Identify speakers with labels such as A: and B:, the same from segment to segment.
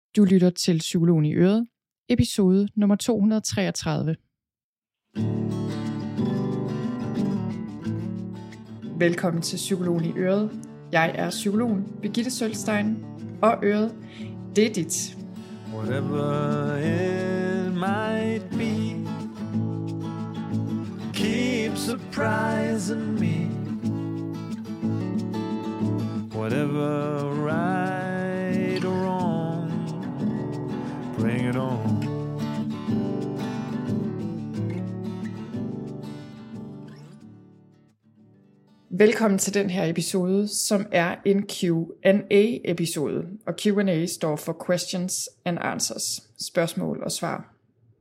A: Du lytter til Psykologen i Øret, episode nummer 233. Velkommen til Psykologen i Øret. Jeg er psykologen Birgitte Sølstein, og Øret, det er dit.
B: Whatever it might be, keep surprising me. Whatever right or wrong, bring it on.
A: Velkommen til den her episode, som er en Q&A-episode. Og Q&A står for Questions and Answers, spørgsmål og svar.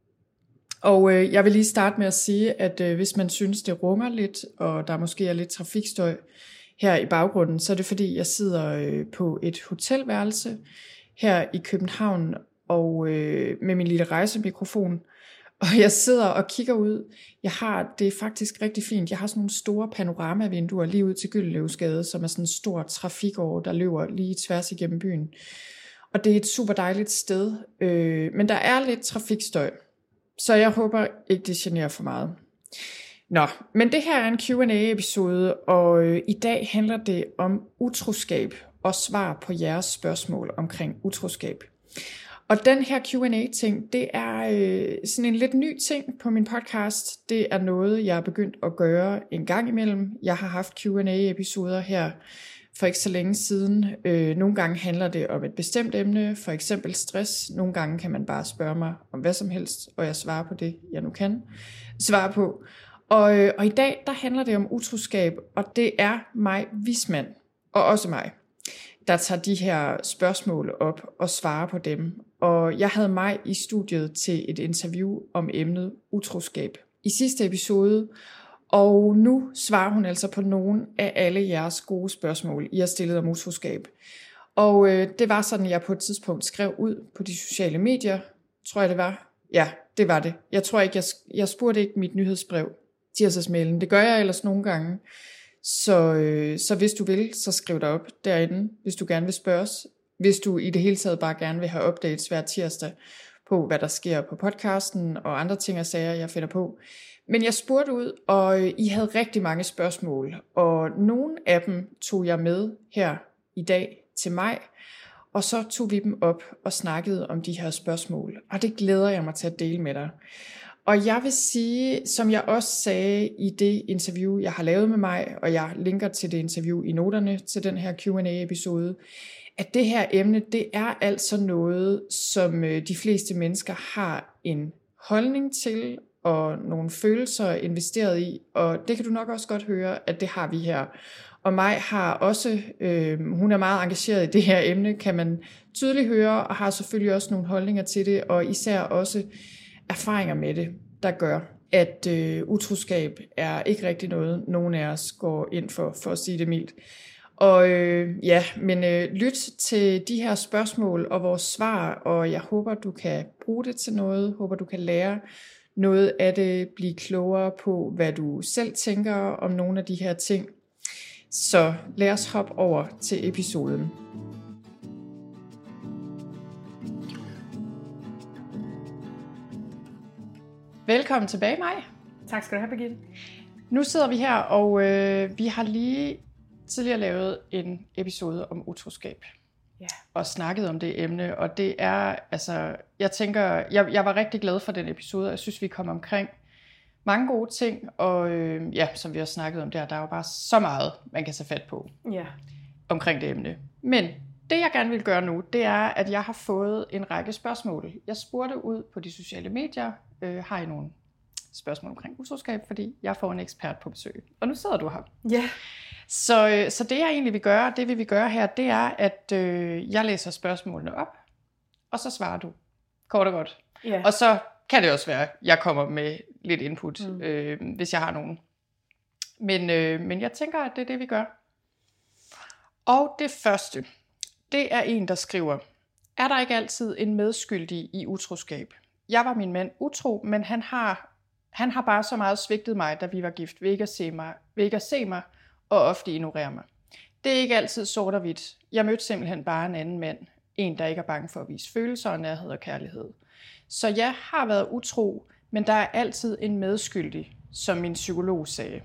A: Og jeg vil lige starte med at sige, at hvis man synes, det runger lidt, og der måske er lidt trafikstøj her i baggrunden, så er det fordi, jeg sidder på et hotelværelse her i København, og med min lille rejsemikrofon. Og jeg sidder og kigger ud. Det er faktisk rigtig fint. Jeg har sådan nogle store panoramavinduer lige ud til Gyldenløvesgade, som er sådan en stor trafikåre, der løber lige tværs igennem byen. Og det er et super dejligt sted, men der er lidt trafikstøj, så jeg håber ikke, det generer for meget. Nå, men det her er en Q&A-episode, og i dag handler det om utroskab og svar på jeres spørgsmål omkring utroskab. Og den her Q&A-ting, det er sådan en lidt ny ting på min podcast. Det er noget, jeg er begyndt at gøre en gang imellem. Jeg har haft Q&A-episoder her for ikke så længe siden. Nogle gange handler det om et bestemt emne, for eksempel stress. Nogle gange kan man bare spørge mig om hvad som helst, og jeg svarer på det, jeg nu kan svare på. Og i dag, der handler det om utroskab, og det er mig, Vismand, og også mig, der tager de her spørgsmål op og svarer på dem. Og jeg havde mig i studiet til et interview om emnet utroskab i sidste episode, og nu svarer hun altså på nogle af alle jeres gode spørgsmål, I har stillet om utroskab. Og det var sådan, jeg på et tidspunkt skrev ud på de sociale medier, tror jeg det var. Ja, det var det. Jeg tror ikke, jeg spurgte ikke mit nyhedsbrev, tirsdagsmailen. Det gør jeg ellers nogle gange. Så hvis du vil, så skriv dig op derinde, hvis du gerne vil spørges. Hvis du i det hele taget bare gerne vil have updates hver tirsdag på, hvad der sker på podcasten og andre ting og sager, jeg finder på. Men jeg spurgte ud, og I havde rigtig mange spørgsmål, og nogle af dem tog jeg med her i dag til mig, og så tog vi dem op og snakkede om de her spørgsmål, og det glæder jeg mig til at dele med dig. Og jeg vil sige, som jeg også sagde i det interview, jeg har lavet med mig, og jeg linker til det interview i noterne til den her Q&A-episode, at det her emne, det er altså noget, som de fleste mennesker har en holdning til, og nogle følelser investeret i, og det kan du nok også godt høre, at det har vi her. Og mig har også, hun er meget engageret i det her emne, kan man tydeligt høre, og har selvfølgelig også nogle holdninger til det, og især også erfaringer med det, der gør, at utroskab er ikke rigtig noget, nogen af os går ind for at sige det mildt. Og lyt til de her spørgsmål og vores svar, og jeg håber, du kan bruge det til noget, håber, du kan lære noget af det, blive klogere på, hvad du selv tænker om nogle af de her ting. Så lad os hoppe over til episoden. Velkommen tilbage, Maj.
C: Tak skal du have, Birgitte.
A: Nu sidder vi her, og vi har lige tidligere lavet en episode om utroskab.
C: Ja.
A: Og snakket om det emne, og det er, altså, jeg tænker, jeg var rigtig glad for den episode, og jeg synes, vi kom omkring mange gode ting, og som vi har snakket om der er jo bare så meget, man kan tage fat på omkring det emne. Men det, jeg gerne vil gøre nu, det er, at jeg har fået en række spørgsmål. Jeg spurgte ud på de sociale medier, har I nogle spørgsmål omkring utroskab, fordi jeg får en ekspert på besøg. Og nu sidder du her.
C: Ja.
A: Så det jeg egentlig vil gøre, det vi vil gøre her, det er, at jeg læser spørgsmålene op, og så svarer du kort og godt.
C: Ja.
A: Og så kan det også være, at jeg kommer med lidt input, hvis jeg har nogen. Men jeg tænker, at det er det, vi gør. Og det første, det er en, der skriver, er der ikke altid en medskyldig i utroskab? Jeg var min mand utro, men han har bare så meget svigtet mig, da vi var gift, ved ikke at se mig og ofte ignorere mig. Det er ikke altid sort og hvidt. Jeg mødte simpelthen bare en anden mand. en, der ikke er bange for at vise følelser og nærhed og kærlighed. Så jeg har været utro, men der er altid en medskyldig, som min psykolog sagde.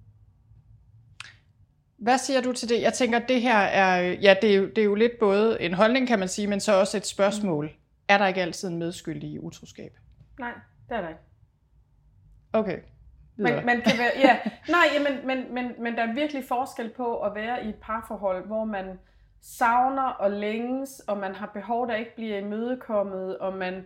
A: Hvad siger du til det? Jeg tænker, at det her det er jo lidt både en holdning, kan man sige, men så også et spørgsmål. Er der ikke altid en medskyldig i utroskab?
C: Nej, det er der ikke.
A: Okay.
C: Man kan være, ja. Nej, men der er virkelig forskel på at være i et parforhold, hvor man savner og længes, og man har behov, der ikke bliver imødekommet, og man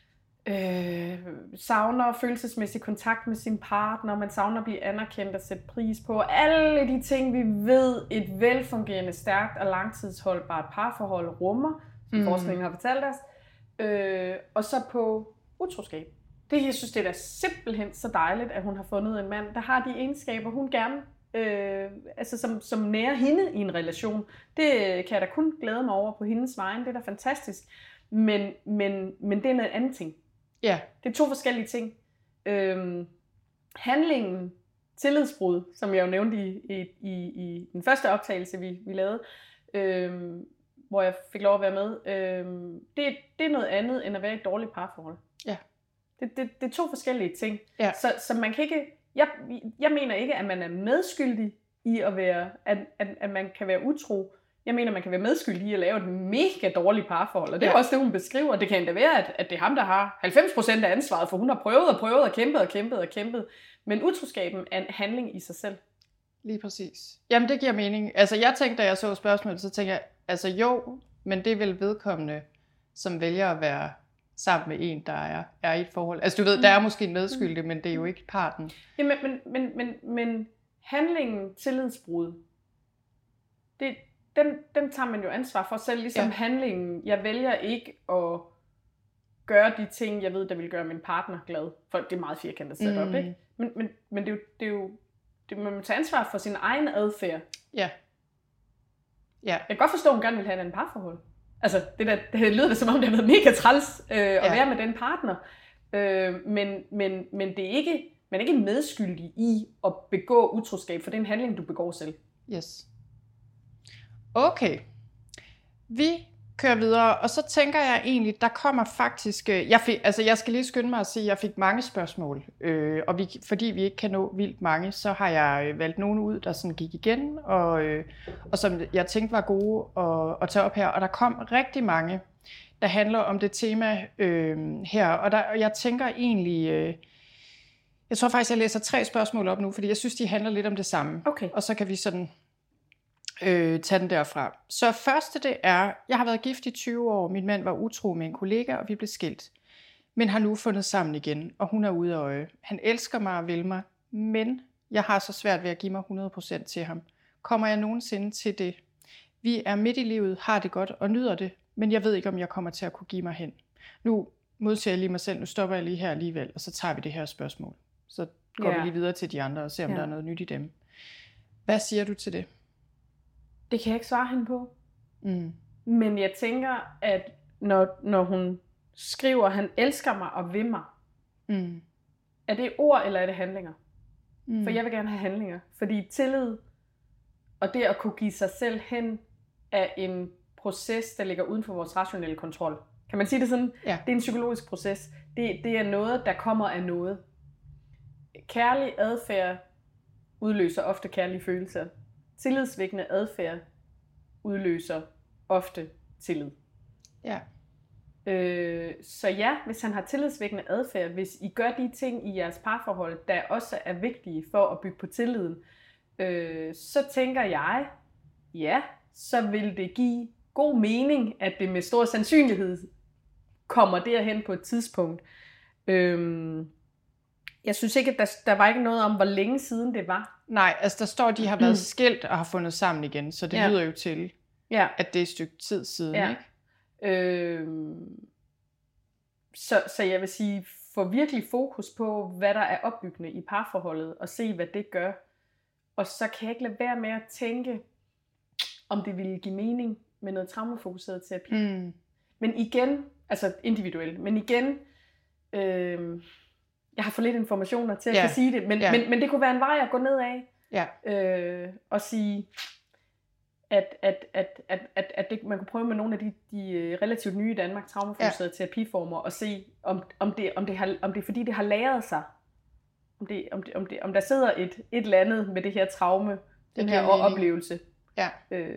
C: savner følelsesmæssig kontakt med sin partner, man savner at blive anerkendt og sætte pris på. Alle de ting, vi ved, et velfungerende, stærkt og langtidsholdbart parforhold rummer, som forskningen har fortalt os, og så på utroskab. Det, jeg synes, det er da simpelthen så dejligt, at hun har fundet en mand, der har de egenskaber, hun gerne, som nærer hende i en relation. Det kan jeg da kun glæde mig over på hendes vegne. Det er da fantastisk. Men det er noget andet ting.
A: Ja.
C: Det er 2 forskellige ting. Handlingen, tillidsbrud, som jeg jo nævnte i den første optagelse, vi lavede, hvor jeg fik lov at være med, det er noget andet, end at være i et dårligt parforhold.
A: Ja.
C: Det er 2 forskellige ting.
A: Ja.
C: Så man kan ikke... Jeg mener ikke, at man er medskyldig i at være... At man kan være utro. Jeg mener, man kan være medskyldig i at lave et mega dårligt parforhold. Og det er også det, hun beskriver. Det kan endda være, at det er ham, der har 90% af ansvaret, for hun har prøvet og kæmpet. Men utroskaben er en handling i sig selv.
A: Lige præcis. Jamen, det giver mening. Altså, jeg tænkte, da jeg så spørgsmålet, så tænkte jeg, altså jo, men det er vel vedkommende, som vælger at være sammen med en, der er i et forhold. Altså, du ved, der er måske en medskyldig, men det er jo ikke parten.
C: Ja, men handlingen tillidsbrud, den tager man jo ansvar for selv, ligesom handlingen. Jeg vælger ikke at gøre de ting, jeg ved, der vil gøre min partner glad. For det er meget firkantet sat op, ikke? Men det er jo man må tage ansvar for sin egen adfærd.
A: Ja.
C: Jeg kan godt forstå, at hun gerne vil have en parforhold. Altså, det lyder da som om, det har været mega træls at være med den partner. Men det er ikke, man er ikke medskyldig i at begå utroskab, for det er en handling, du begår selv.
A: Yes. Okay. Vi kører videre, og så tænker jeg egentlig, der kommer faktisk... jeg skal lige skynde mig at sige, at jeg fik mange spørgsmål, og fordi vi ikke kan nå vildt mange, så har jeg valgt nogle ud, der sådan gik igen, og som jeg tænkte var gode at tage op her, og der kom rigtig mange, der handler om det tema her, og jeg tænker egentlig... jeg tror faktisk, jeg læser 3 spørgsmål op nu, fordi jeg synes, de handler lidt om det samme,
C: okay.
A: Og så kan vi sådan... tage den derfra. Så første det er, jeg har været gift i 20 år, min mand var utro med en kollega, og vi blev skilt. Men har nu fundet sammen igen, og hun er ude af øje. Han elsker mig og vil mig, men jeg har så svært ved at give mig 100% til ham. Kommer jeg nogensinde til det? Vi er midt i livet, har det godt og nyder det, men jeg ved ikke, om jeg kommer til at kunne give mig hen. Nu modsiger jeg lige mig selv, nu stopper jeg lige her alligevel, og så tager vi det her spørgsmål. Så går vi lige videre til de andre og ser, om der er noget nyt i dem. Hvad siger du til det?
C: Det kan jeg ikke svare hende på. Men jeg tænker, at når hun skriver, han elsker mig og vil mig, er det ord eller er det handlinger? For jeg vil gerne have handlinger. Fordi tillid og det at kunne give sig selv hen er en proces, der ligger uden for vores rationelle kontrol. Kan man sige det sådan? Ja. Det er en psykologisk proces. Det er noget, der kommer af noget. Kærlig adfærd udløser ofte kærlige følelser. Tillidsvækkende adfærd udløser ofte tillid.
A: Ja.
C: Så ja, hvis han har tillidsvækkende adfærd, hvis I gør de ting i jeres parforhold, der også er vigtige for at bygge på tilliden, så tænker jeg, ja, så vil det give god mening, at det med stor sandsynlighed kommer derhen på et tidspunkt. Jeg synes ikke, at der var ikke noget om, hvor længe siden det var. Nej,
A: altså der står, at de har været skilt og har fundet sammen igen, så det lyder jo til, at det er et stykke tid siden, ikke?
C: Så jeg vil sige, få virkelig fokus på, hvad der er opbyggende i parforholdet, og se, hvad det gør. Og så kan jeg ikke lade være med at tænke, om det ville give mening med noget traumafokuseret terapi. Men igen, altså individuelt, men igen... jeg har for lidt informationer til at kan sige det, men det kunne være en vej at gå ned af. Og sige, at det, man kunne prøve med nogle af de relativt nye i Danmark traumafokuserede terapiformer og se, om det er fordi det har læret sig. Om der sidder et eller andet med det her traume, den her oplevelse.
A: Ja.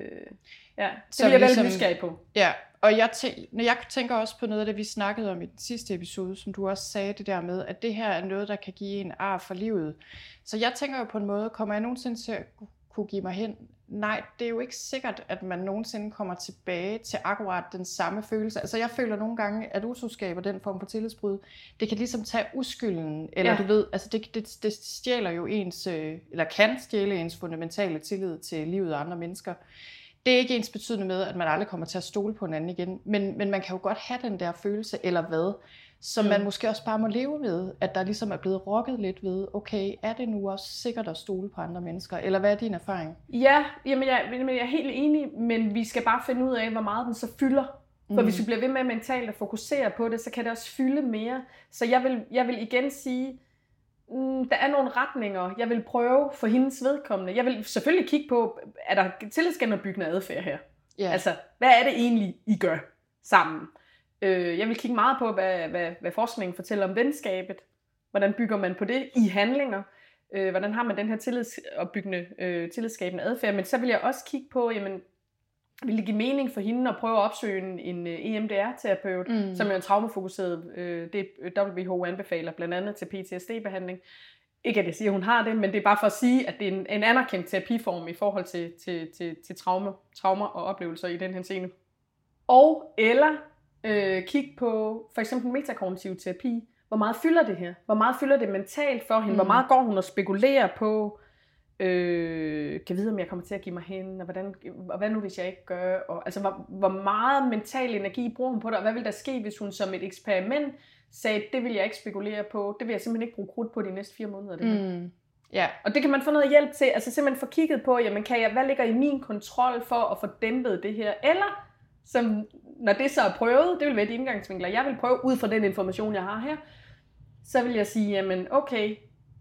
C: Så det er jeg veldig nysgerrig på.
A: Ja, og jeg tænker også på noget af det, vi snakkede om i den sidste episode, som du også sagde, det der med, at det her er noget, der kan give en ar for livet. Så jeg tænker jo på en måde, kommer jeg nogensinde til at kunne give mig hen? Nej, det er jo ikke sikkert, at man nogensinde kommer tilbage til akkurat den samme følelse. Altså jeg føler nogle gange, at utroskab og den form for tillidsbrud, det kan ligesom tage uskylden, eller du ved, altså det stjæler jo ens, eller kan stjæle ens fundamentale tillid til livet og andre mennesker. Det er ikke ens betydende med, at man aldrig kommer til at stole på hinanden igen, men man kan jo godt have den der følelse, eller hvad, som man måske også bare må leve ved, at der ligesom er blevet rokket lidt ved, okay, er det nu også sikkert at stole på andre mennesker, eller hvad er din erfaring?
C: Ja, jamen jeg er helt enig, men vi skal bare finde ud af, hvor meget den så fylder. For hvis vi bliver ved med mentalt at fokusere på det, så kan det også fylde mere. Så jeg vil igen sige, der er nogle retninger, jeg vil prøve for hendes vedkommende. Jeg vil selvfølgelig kigge på, er der tillidsgenopbyggende adfærd her? Yeah. Altså, hvad er det egentlig, I gør sammen? Jeg vil kigge meget på, hvad forskningen fortæller om venskabet. Hvordan bygger man på det i handlinger? Hvordan har man den her tillidsskabende adfærd? Men så vil jeg også kigge på, jamen, vil det give mening for hende at prøve at opsøge en EMDR-terapeut, som er en traumafokuseret, det WHO anbefaler blandt andet til PTSD-behandling. Ikke at jeg siger, at hun har det, men det er bare for at sige, at det er en anerkendt terapiform i forhold til traumer og oplevelser i den her scene. Og eller kigge på for eksempel metakognitiv terapi. Hvor meget fylder det her? Hvor meget fylder det mentalt for hende? Hvor meget går hun og spekulerer på? Kan vide, om jeg kommer til at give mig hen? Og hvad nu, hvis jeg ikke gør? Og, altså, hvor meget mental energi bruger hun på det? Og hvad vil der ske, hvis hun som et eksperiment sagde, det vil jeg ikke spekulere på? Det vil jeg simpelthen ikke bruge krudt på de næste 4 måneder. Det her.
A: Ja. Og
C: det kan man få noget hjælp til. Altså simpelthen få kigget på, jamen, hvad ligger i min kontrol for at få dæmpet det her? Eller som, når det så er prøvet, det vil være de indgangsvinkler, jeg vil prøve ud fra den information, jeg har her, så vil jeg sige, jamen okay,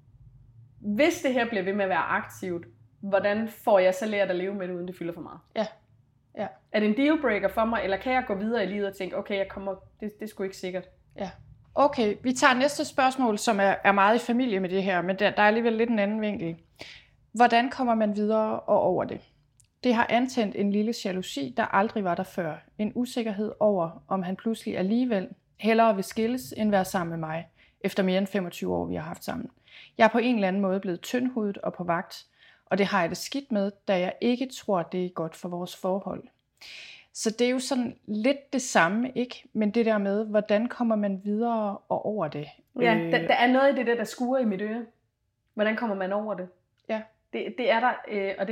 C: hvis det her bliver ved med at være aktivt, hvordan får jeg så lært at leve med det, uden det fylder for meget?
A: Ja.
C: Er det en dealbreaker for mig, eller kan jeg gå videre i livet og tænke, okay, det er sgu ikke sikkert.
A: Ja. Okay, vi tager næste spørgsmål, som er meget i familie med det her, men der er alligevel lidt en anden vinkel. Hvordan kommer man videre og over det? Det har antændt en lille jalousi, der aldrig var der før. En usikkerhed over, om han pludselig alligevel hellere vil skilles, end være sammen med mig, efter mere end 25 år, vi har haft sammen. Jeg er på en eller anden måde blevet tyndhudet og på vagt, og det har jeg det skidt med, da jeg ikke tror, det er godt for vores forhold. Så det er jo sådan lidt det samme, ikke? Men det der med, hvordan kommer man videre og over det?
C: Ja, der er noget i det der skuer i mit øre. Hvordan kommer man over det?
A: Ja.
C: Det er der, og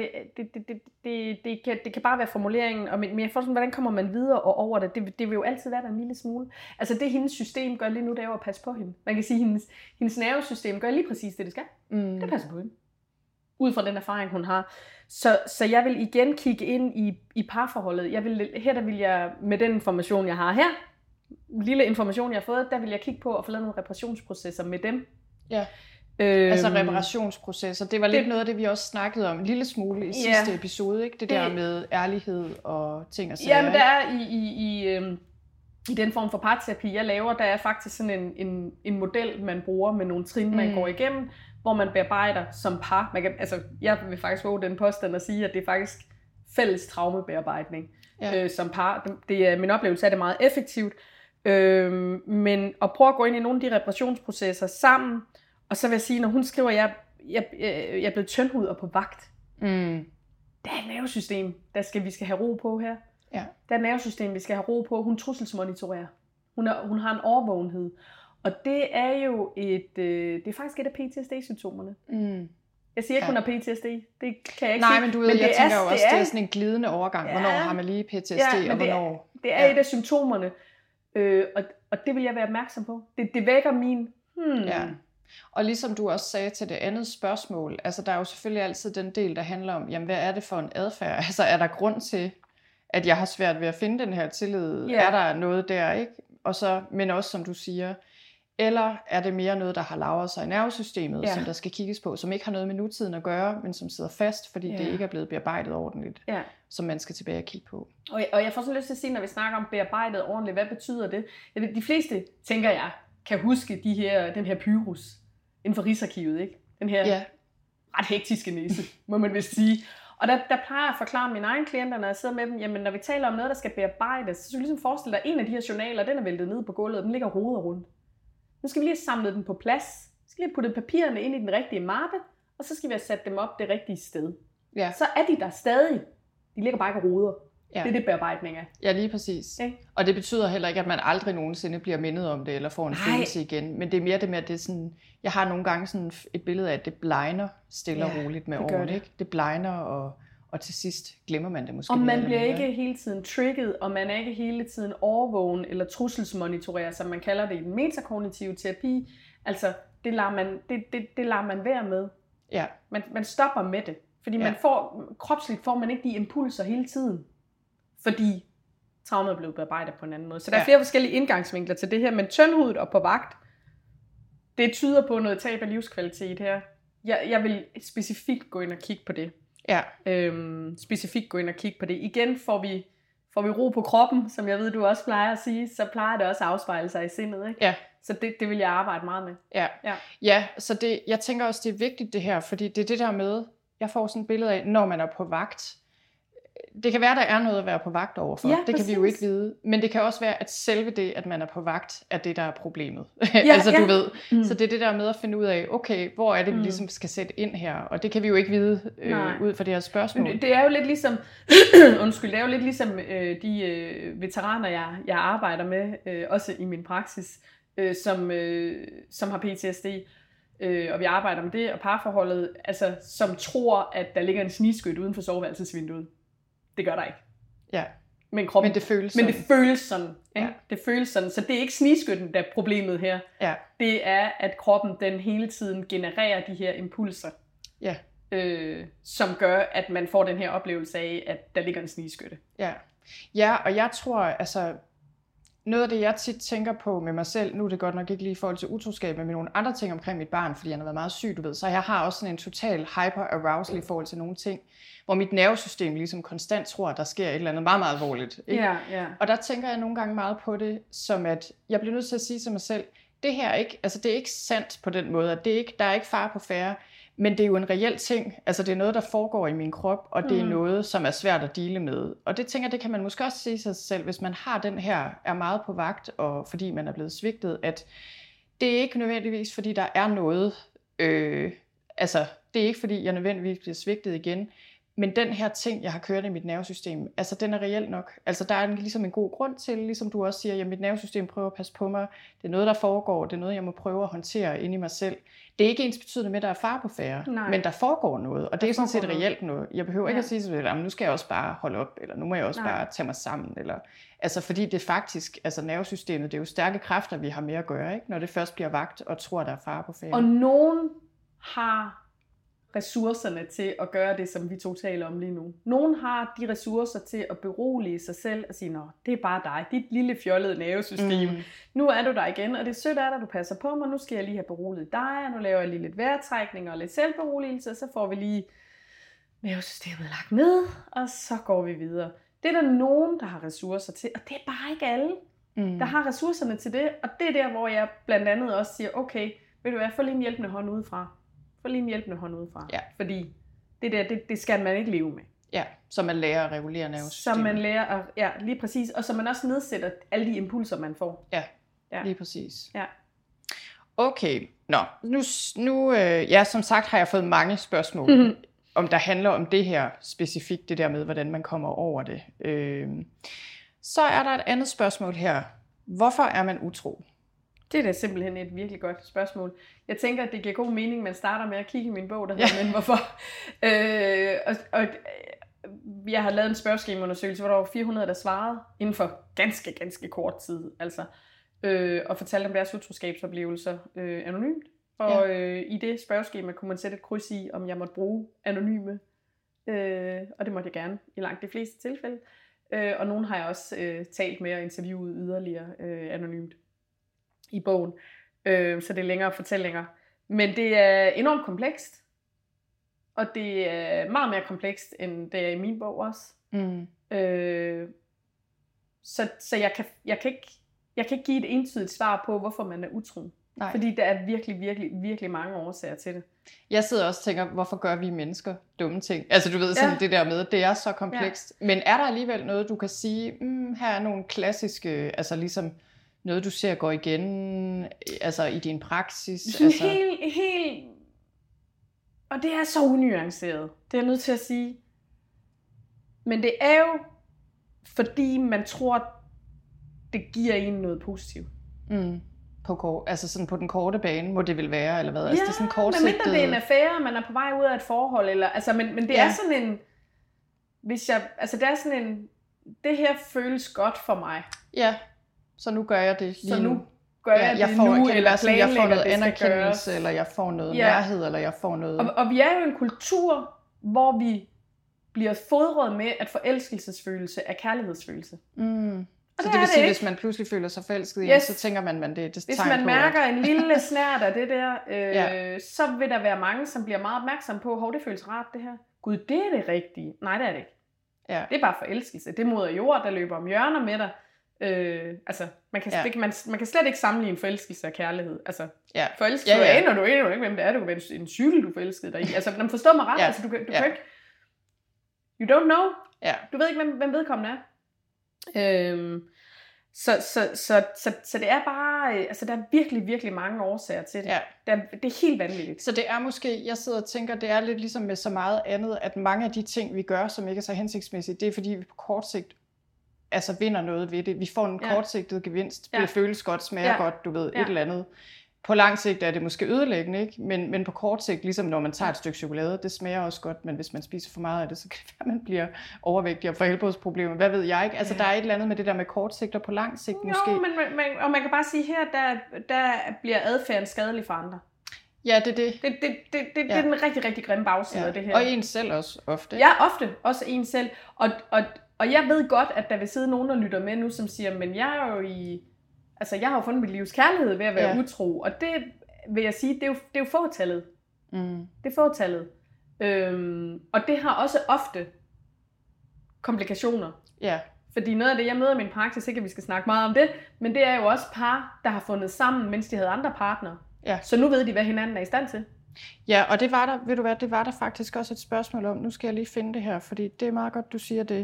C: det kan bare være formuleringen, men jeg får sådan, hvordan kommer man videre og over det? Det vil jo altid være der en lille smule. Altså det hendes system gør lige nu, det er jo at passe på hende. Man kan sige, at hendes nervesystem gør lige præcis det skal. Det passer på hende. Ud fra den erfaring, hun har. Så jeg vil igen kigge ind i parforholdet. Der vil jeg, med den information, jeg har her, lille information, jeg har fået, der vil jeg kigge på at få lavet nogle reparationsprocesser med dem.
A: Ja. Altså reparationsprocesser. Det var lidt noget af det, vi også snakkede om en lille smule i sidste episode, ikke? Det der med ærlighed og ting og sager.
C: Ja, men der er i den form for parterapi, jeg laver, der er faktisk sådan en model, man bruger med nogle trin, man går igennem, hvor man bearbejder som par. Jeg vil faktisk våge den påstand at sige, at det er faktisk fælles traumebearbejdning som par. Det er min oplevelse, at det er meget effektivt. Men at prøve at gå ind i nogle af de reparationsprocesser sammen. Og så vil jeg sige, når hun skriver, jeg er blevet tyndhud og på vagt. Der er et nervesystem, vi skal have ro på her.
A: Ja.
C: Der er et nervesystem, vi skal have ro på. Hun trusselsmonitorerer. Hun har en overvågenhed. Og det er jo det er faktisk et af PTSD-symptomerne. Jeg siger ikke, hun har PTSD. Det kan jeg ikke sige.
A: Men du ved, jeg tænker jo også, det er sådan en glidende overgang. Ja, hvornår har man lige PTSD, og hvornår?
C: Det er et af symptomerne. Og det vil jeg være opmærksom på. Det vækker min...
A: Ja. Og ligesom du også sagde til det andet spørgsmål, altså der er jo selvfølgelig altid den del, der handler om, jamen hvad er det for en adfærd? Altså er der grund til, at jeg har svært ved at finde den her tillid? Er der noget der, ikke? Og så, men også som du siger, eller er det mere noget, der har lagret sig i nervesystemet, som der skal kigges på, som ikke har noget med nutiden at gøre, men som sidder fast, fordi det ikke er blevet bearbejdet ordentligt, som man skal tilbage og kigge på.
C: Og jeg får sådan lyst til at sige, når vi snakker om bearbejdet ordentligt, hvad betyder det? De fleste, tænker jeg, kan huske den her Pyrus inden for Rigsarkivet, ikke? Den her ret hektiske næse, må man vist sige. Og der plejer jeg at forklare mine egne klienter, når jeg sidder med dem, jamen når vi taler om noget, der skal bearbejdes, så skal du ligesom forestille dig, at en af de her journaler, den er væltet ned på gulvet, og den ligger rodet rundt. Nu skal vi lige have samlet den på plads. Vi skal lige have puttet papirerne ind i den rigtige mappe, og så skal vi have sat dem op det rigtige sted. Ja. Så er de der stadig. De ligger bare ikke og roder. Ja. Det er det bearbejdning af.
A: Ja, lige præcis. Okay. Og det betyder heller ikke, at man aldrig nogensinde bliver mindet om det, eller får en følelse igen. Men det er mere det med, at det er sådan, jeg har nogle gange sådan et billede af, at det blegner stille og roligt med årene. Ikke? Det blegner, og til sidst glemmer man det måske.
C: Og man bliver ikke hele tiden trigget, og man er ikke hele tiden overvågen eller trusselsmonitoreret, som man kalder det i den metakognitive terapi. Altså, det lader man være med. Ja. Man stopper med det. Fordi man kropsligt får man ikke de impulser hele tiden. Fordi traumet er blevet bearbejdet på en anden måde. Så der er flere forskellige indgangsvinkler til det her, men tyndhudet og på vagt, det tyder på noget tab af livskvalitet her. Jeg vil specifikt gå ind og kigge på det. Ja. Specifikt gå ind og kigge på det. Igen får vi ro på kroppen, som jeg ved, du også plejer at sige, så plejer det også at afspejle sig i sindet. Ikke? Ja. Så det vil jeg arbejde meget med.
A: Ja, så jeg tænker også, det er vigtigt det her, fordi det er det der med, jeg får sådan et billede af, når man er på vagt. Det kan være, der er noget at være på vagt overfor. Det kan vi jo ikke vide. Men det kan også være, at selve det, at man er på vagt, er det, der er problemet. Du ved. Så det er det der med at finde ud af, okay, hvor er det, vi ligesom skal sætte ind her? Og det kan vi jo ikke vide ud fra det her spørgsmål.
C: Det er jo lidt ligesom, de veteraner, jeg arbejder med, også i min praksis, som har PTSD. Og vi arbejder med det, og parforholdet, altså, som tror, at der ligger en snigskyt uden for soveværelsesvinduet. Det gør der ikke.
A: Ja.
C: Men
A: det føles sådan.
C: Men det føles sådan. Ja. Det føles sådan. Så det er ikke snigskytten, der er problemet her. Ja. Det er, at kroppen den hele tiden genererer de her impulser. Ja. Som gør, at man får den her oplevelse af, at der ligger en snigskytte.
A: Ja. Ja, og jeg tror, altså, noget af det, jeg tit tænker på med mig selv, nu er det godt nok ikke lige i forhold til utroskab, men med nogle andre ting omkring mit barn, fordi han har været meget syg, du ved. Så jeg har også sådan en total hyper-arousal i forhold til nogle ting, hvor mit nervesystem ligesom konstant tror, at der sker et eller andet meget, meget alvorligt. Ikke? Yeah, yeah. Og der tænker jeg nogle gange meget på det, som at jeg bliver nødt til at sige til mig selv, det her er ikke, altså det er ikke sandt på den måde, at der er ikke fare på færre, men det er jo en reel ting. Altså det er noget, der foregår i min krop, og det er noget, som er svært at dele med. Og det tænker jeg, det kan man måske også sige sig selv, hvis man har den her, er meget på vagt, og fordi man er blevet svigtet, at det er ikke nødvendigvis, fordi der er noget, altså det er ikke, fordi jeg nødvendigvis bliver svigtet igen, men den her ting, jeg har kørt i mit nervesystem, altså den er reelt nok. Altså der er ligesom en god grund til, ligesom du også siger, at mit nervesystem prøver at passe på mig. Det er noget, der foregår. Det er noget, jeg må prøve at håndtere inde i mig selv. Det er ikke ens betydende med, at der er fare på færre, men der foregår noget. Og det er sådan set reelt noget. Jeg behøver ikke at sige sådan, at nu skal jeg også bare holde op, eller nu må jeg også bare tage mig sammen. Eller, altså fordi det faktisk, altså nervesystemet, det er jo stærke kræfter, vi har med at gøre, ikke? Når det først bliver vagt og tror, der er fare på færre.
C: Og nogen har ressourcerne til at gøre det, som vi to taler om lige nu. Nogen har de ressourcer til at berolige sig selv og sige, nå, det er bare dig, dit lille fjollede nervesystem. Nu er du der igen, og det er sødt af dig, du passer på mig, nu skal jeg lige have beroliget dig, og nu laver jeg lige lidt vejrtrækning og lidt selvberoligelse, og så får vi lige nervesystemet lagt ned, og så går vi videre. Det er der nogen, der har ressourcer til, og det er bare ikke alle, der har ressourcerne til det, og det er der, hvor jeg blandt andet også siger, okay, ved du hvad, få lige en hjælpende hånd udefra. Ja. Fordi det skal man ikke leve med.
A: Ja, så man lærer at regulere nervesystemet.
C: Så man lærer at, lige præcis. Og så man også nedsætter alle de impulser, man får.
A: Ja, lige præcis. Ja. Okay, nu ja, som sagt har jeg fået mange spørgsmål, om der handler om det her specifikt, det der med, hvordan man kommer over det. Så er der et andet spørgsmål her. Hvorfor er man utro?
C: Det er da simpelthen et virkelig godt spørgsmål. Jeg tænker, at det giver god mening, at man starter med at kigge i min bog, der hedder Men hvorfor? Jeg har lavet en spørgeskemaundersøgelse, hvor der var 400, der svarede inden for ganske, ganske kort tid. Altså, og fortalte om deres utroskabsoplevelser anonymt. Og i det spørgeskema kunne man sætte et kryds i, om jeg måtte bruge anonyme. Og det måtte jeg gerne i langt de fleste tilfælde. Og nogle har jeg også talt med og interviewet yderligere anonymt i bogen. så det er længere fortællinger. Men det er enormt komplekst, og det er meget mere komplekst, end det er i min bog også. Så jeg kan ikke give et entydigt svar på, hvorfor man er utro. Nej. Fordi der er virkelig, virkelig, virkelig mange årsager til det.
A: Jeg sidder også og tænker, hvorfor gør vi mennesker dumme ting? Altså du ved sådan det der med, det er så komplekst. Ja. Men er der alligevel noget, du kan sige, her er nogle klassiske, altså ligesom noget, du ser går igen, altså i din praksis? Altså...
C: Helt... Og det er så unuanceret. Det er jeg nødt til at sige. Men det er jo, fordi man tror, det giver en noget positivt.
A: Altså sådan på den korte bane, må det vel være, eller hvad?
C: Ja,
A: altså, det er sådan kortsigtet...
C: medmindre det er en affære, man er på vej ud af et forhold, eller, altså, men det er sådan en... det er sådan en... Det her føles godt for mig.
A: Ja, så nu gør jeg det lige
C: så nu.
A: nu.
C: Gør jeg det nu, eller planlægger,
A: jeg får noget anerkendelse, eller jeg får noget nærhed, eller jeg får noget...
C: Og vi er jo en kultur, hvor vi bliver fodret med, at forelskelsesfølelse er kærlighedsfølelse.
A: Så det vil sige, hvis man pludselig føler sig forelsket i så tænker man det
C: hvis man mærker en lille snært af det der, så vil der være mange, som bliver meget opmærksom på, det føles rart det her. Gud, det er det rigtige. Nej, det er det ikke. Ja. Det er bare forelskelse. Det er moder jord, der løber om hjørner med dig. Man kan slet ikke sammenligne forelskelse og kærlighed. Altså, forelskelse, du aner du ikke, hvem det er. Du kan være en cykel, du forelskede dig i. Altså, man forstår mig ret. Altså, du kan ikke... You don't know. Du ved ikke, hvem vedkommende er. Så det er bare, altså der er virkelig, virkelig mange årsager til det. Det er helt vanvittigt.
A: Så det er måske, jeg sidder og tænker, det er lidt ligesom med så meget andet, at mange af de ting, vi gør, som ikke er så hensigtsmæssigt, det er fordi vi på kort sigt vinder noget ved det. Vi får en kortsigtet gevinst. Det føles godt, smager godt, du ved, et eller andet. På lang sigt er det måske ødelæggende, ikke? Men på kort sigt, ligesom når man tager et stykke chokolade, det smager også godt, men hvis man spiser for meget af det, så kan det være, at man bliver overvægtig og får helbredsproblemer. Hvad ved jeg ikke? Altså, der er et eller andet med det der med kort sigt og på lang sigt måske.
C: Jo, og man kan bare sige her, der bliver adfærden skadelig for andre.
A: Ja, det er det.
C: Det er den rigtig, rigtig grimme bagside af det her.
A: Og en selv også, ofte.
C: Ja, ofte. Også en selv. Og jeg ved godt, at der vil sidde nogen, der lytter med nu, som siger, men jeg er jo jeg har jo fundet mit livs kærlighed ved at være utro, og det vil jeg sige, det er jo fåtallet. Det er fåtallet. Og det har også ofte komplikationer.
A: Ja.
C: Fordi noget af det, jeg møder i min praksis, ikke at vi skal snakke meget om det, men det er jo også par, der har fundet sammen, mens de havde andre partnere. Ja. Så nu ved de, hvad hinanden er i stand til.
A: Ja, og det var der, ved du hvad, det var der faktisk også et spørgsmål om. Nu skal jeg lige finde det her, fordi det er meget godt, du siger det.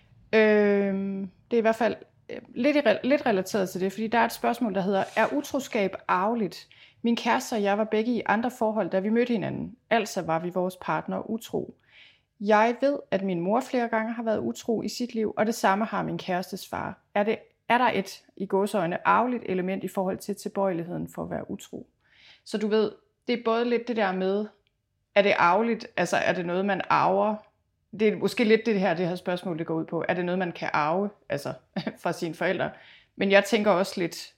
A: Det er i hvert fald lidt relateret til det, fordi der er et spørgsmål, der hedder, er utroskab arveligt? Min kæreste og jeg var begge i andre forhold, da vi mødte hinanden. Altså var vi vores partner utro. Jeg ved, at min mor flere gange har været utro i sit liv, og det samme har min kærestes far. Er der et, i gåseøjne, arveligt element i forhold til tilbøjeligheden for at være utro? Så du ved, det er både lidt det der med, er det arveligt, altså er det noget, man arver? Det er måske lidt det her spørgsmål, det går ud på. Er det noget, man kan arve, altså fra sine forældre? Men jeg tænker også lidt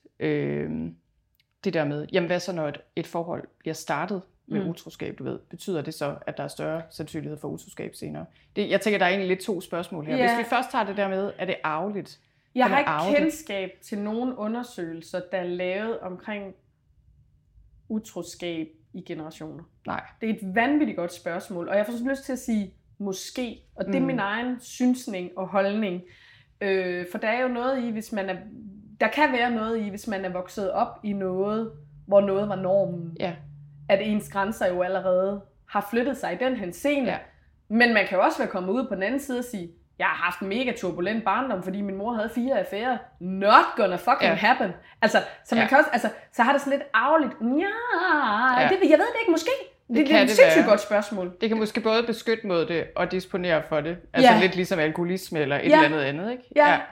A: det der med, jamen hvad så når et forhold bliver startet med utroskab, du ved? Betyder det så, at der er større sandsynlighed for utroskab senere? Jeg tænker, der er egentlig lidt to spørgsmål her. Hvis vi først tager det der med, er det arveligt?
C: Jeg har ikke kendskab til nogen undersøgelser, der er lavet omkring utroskab i generationer.
A: Nej.
C: Det er et vanvittigt godt spørgsmål, og jeg får lyst til at sige måske, og det er min egen synsning og holdning. For der er jo noget i, der kan være noget i, hvis man er vokset op i noget, hvor noget var normen.
A: Ja.
C: At ens grænser jo allerede har flyttet sig i den henseende. Ja. Men man kan jo også være kommet ud på den anden side og sige, jeg har haft en mega turbulent barndom, fordi min mor havde 4 affærer. Not gonna fucking happen. Altså, så man kan også, så har det sådan lidt arveligt. Jeg ved det ikke, måske. Det er et sindssygt godt spørgsmål.
A: Det kan måske både beskytte mod det og disponere for det. Altså lidt ligesom alkoholisme eller et eller andet, ikke?
C: Ja.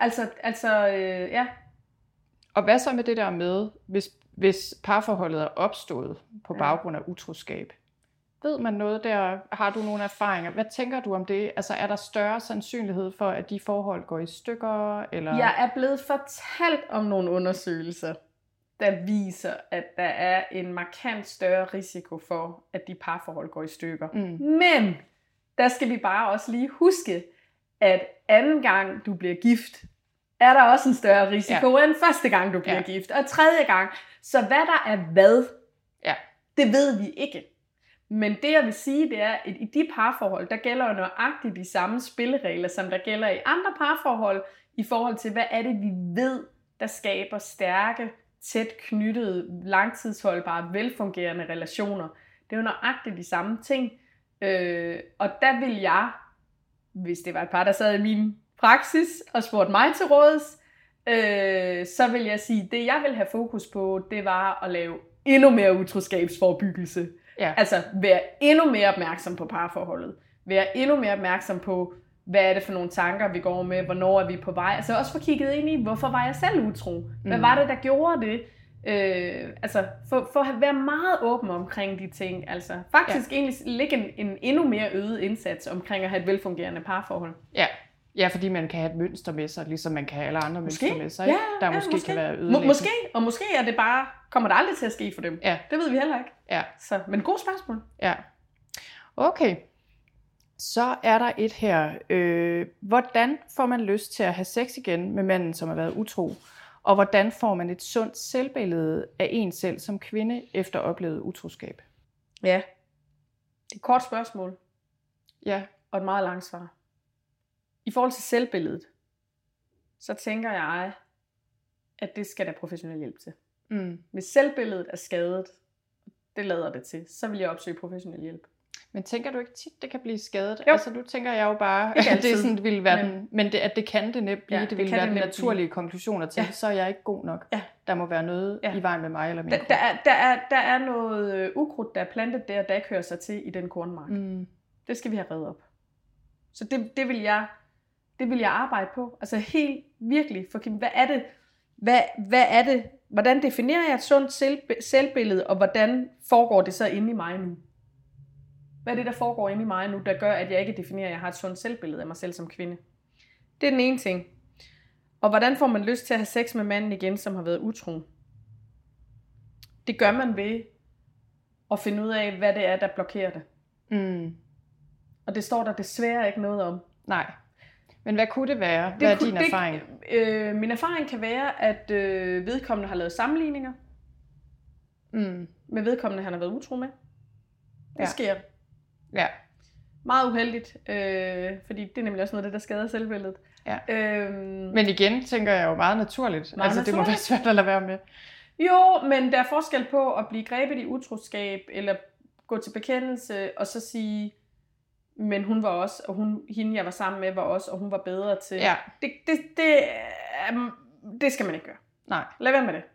A: Og hvad så med det der med, hvis parforholdet er opstået på baggrund af utroskab? Ved man noget der? Har du nogle erfaringer? Hvad tænker du om det? Altså er der større sandsynlighed for, at de forhold går i stykker? Eller?
C: Jeg er blevet fortalt om nogle undersøgelser, der viser, at der er en markant større risiko for, at de parforhold går i stykker. Men der skal vi bare også lige huske, at anden gang du bliver gift, er der også en større risiko end første gang, du bliver gift. Og tredje gang. Så hvad der er hvad, det ved vi ikke. Men det jeg vil sige, det er, at i de parforhold, der gælder jo nøjagtigt de samme spilleregler, som der gælder i andre parforhold, i forhold til, hvad er det, vi ved, der skaber stærke, tæt knyttede, langtidsholdbare, velfungerende relationer. Det er jo nøjagtigt de samme ting. Og der vil jeg, hvis det var et par, der sad i min praksis og spurgte mig til råds, så vil jeg sige, det jeg vil have fokus på, det var at lave endnu mere utroskabsforebyggelse. Ja. Altså være endnu mere opmærksom på parforholdet. Være endnu mere opmærksom på, hvad er det for nogle tanker, vi går med, hvornår er vi på vej. Altså også få kigget ind i, hvorfor var jeg selv utro? Hvad var det, der gjorde det? Altså for at være meget åben omkring de ting. Altså faktisk egentlig lægge en endnu mere øget indsats omkring at have et velfungerende parforhold.
D: Ja, fordi man kan have et mønster med sig, ligesom man kan have alle andre mønstre med sig. Der måske kan være ødelæggende.
C: Måske er det bare, kommer det aldrig til at ske for dem. Ja. Det ved vi heller ikke.
D: Ja.
C: Så, men god spørgsmål.
D: Ja. Okay. Så er der et her. Hvordan får man lyst til at have sex igen med manden, som har været utro? Og hvordan får man et sundt selvbillede af en selv som kvinde efter oplevet utroskab?
C: Ja. Det er et kort spørgsmål.
D: Ja.
C: Og et meget langt svar. I forhold til selvbilledet, så tænker jeg, at det skal der professionel hjælp til. Hvis selvbilledet er skadet, det lader det til, så vil jeg opsøge professionel hjælp.
D: Men tænker du ikke tit, det kan blive skadet?
C: Jo.
D: Altså nu tænker jeg jo bare, at det sådan ville være at det kan det nemt blive. Det ville være den naturlige konklusioner til, så er jeg ikke god nok. Ja. Der må være noget i vejen med mig eller min krop.
C: Der er noget ukrudt, der er plantet der ikke hører sig til i den kornmark. Det skal vi have reddet op. Så det vil jeg arbejde på. Altså helt virkelig. For hvad er det? Hvordan definerer jeg et sundt selvbillede, og hvordan foregår det så inde i mig nu? Hvad er det, der foregår inde i mig nu, der gør, at jeg ikke definerer, at jeg har et sundt selvbillede af mig selv som kvinde? Det er den ene ting. Og hvordan får man lyst til at have sex med manden igen, som har været utro? Det gør man ved at finde ud af, hvad det er, der blokerer det. Og det står der desværre ikke noget om.
D: Nej. Men hvad kunne det være? Hvad er din erfaring?
C: Min erfaring kan være, at vedkommende har lavet sammenligninger med vedkommende, han har været utro med. Det sker.
D: Ja.
C: Meget uheldigt, fordi det er nemlig også noget af det, der skader selvbilledet.
D: Ja. Men igen tænker jeg jo meget naturligt. Det må være svært at lade være med.
C: Jo, men der er forskel på at blive grebet i utroskab, eller gå til bekendelse, og så sige, men hun var også, og hende jeg var sammen med var også, og hun var bedre til. Ja. Det skal man ikke gøre.
D: Nej.
C: Lad være med det.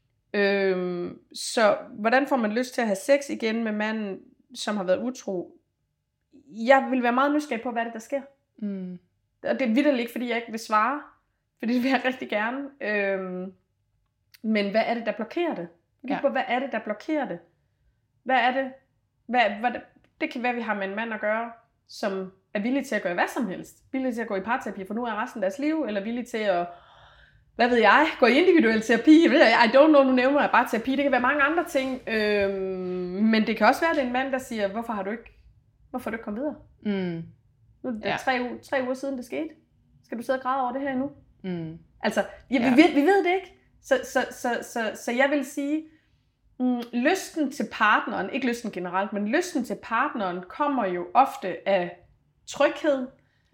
C: Så hvordan får man lyst til at have sex igen med manden, som har været utro? Jeg vil være meget nysgerrig på, hvad det der sker. Og det er vitterligt ikke, fordi jeg ikke vil svare, fordi det vil jeg rigtig gerne. Men hvad er det, der blokerer det? Hvad er det, der blokerer det? Hvad er det? Det kan være, at vi har med en mand at gøre, som er villig til at gøre hvad som helst. Villig til at gå i parterapi for nu er resten af deres liv, eller villig til at, hvad ved jeg, gå i individuel terapi. I don't know, nu nævner jeg bare terapi. Det kan være mange andre ting. Men det kan også være, at det er en mand, der siger, hvorfor har du ikke kommet videre? Nu er det 3 uger siden, det skete. Skal du sidde og græde over det her endnu? Altså, vi ved det ikke. Så jeg vil sige, lysten til partneren, ikke lysten generelt, men lysten til partneren kommer jo ofte af tryghed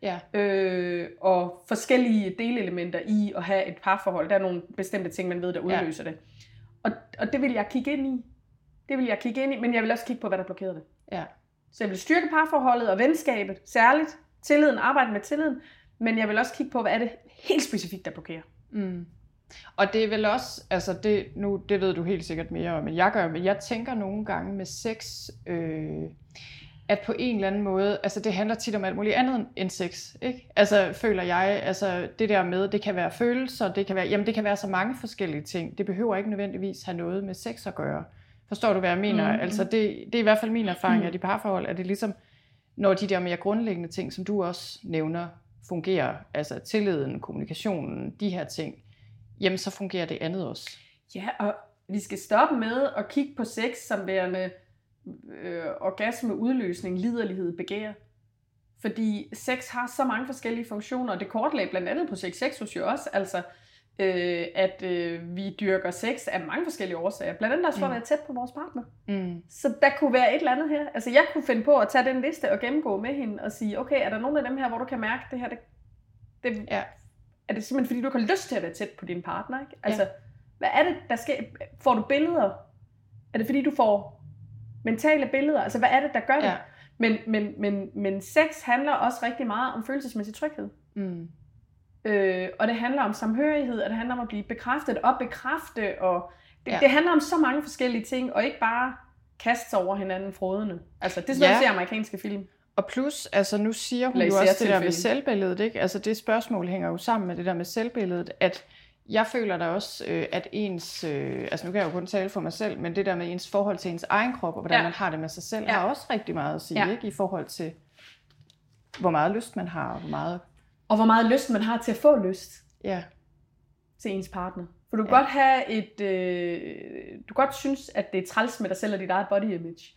C: og forskellige delelementer i at have et parforhold. Der er nogle bestemte ting, man ved, der udløser det. Og det vil jeg kigge ind i. Men jeg vil også kigge på, hvad der blokerer det.
D: Ja.
C: Så jeg vil styrke parforholdet og venskabet, særligt tilliden, arbejde med tilliden, men jeg vil også kigge på, hvad er det helt specifikt, der blokerer.
D: Og det er vel også, altså det ved du helt sikkert mere om, end jeg gør, men jeg tænker nogle gange med sex, at på en eller anden måde, altså det handler tit om alt muligt andet end sex, ikke? Altså føler jeg, altså det der med, det kan være følelser, det kan være så mange forskellige ting, det behøver ikke nødvendigvis have noget med sex at gøre. Forstår du, hvad jeg mener? Altså det er i hvert fald min erfaring af de parforhold, at det ligesom, når de der mere grundlæggende ting, som du også nævner, fungerer, altså tilliden, kommunikationen, de her ting, jamen så fungerer det andet også.
C: Ja, og vi skal stoppe med at kigge på sex som værende orgasme, udløsning, liderlighed, begær. Fordi sex har så mange forskellige funktioner, og det kortlagde blandt andet på Sexus jo også, altså at vi dyrker sex af mange forskellige årsager. Blandt andet også for at være tæt på vores partner. Så der kunne være et eller andet her. Altså jeg kunne finde på at tage den liste og gennemgå med hende og sige, okay, er der nogen af dem her, hvor du kan mærke det her, er det simpelthen fordi, du ikke har lyst til at være tæt på din partner, ikke? Altså, hvad er det, der sker? Får du billeder? Er det fordi, du får mentale billeder? Altså, hvad er det, der gør det? Men sex handler også rigtig meget om følelsesmæssig tryghed. Og det handler om samhørighed, og det handler om at blive bekræftet og bekræfte, og det handler om så mange forskellige ting, og ikke bare kaste sig over hinanden frådende. Altså, det er sådan, ser amerikanske film.
D: Og plus, altså nu siger hun jo også det der med selvbilledet, ikke? Altså det spørgsmål hænger jo sammen med det der med selvbilledet, at jeg føler da også, at ens, altså nu kan jeg jo kun tale for mig selv, men det der med ens forhold til ens egen krop, og hvordan man har det med sig selv, har også rigtig meget at sige, ikke? I forhold til, hvor meget lyst man har, og hvor meget
C: lyst man har til at få lyst til ens partner. For du kan godt have du kan godt synes, at det er træls med dig selv og dit eget body image.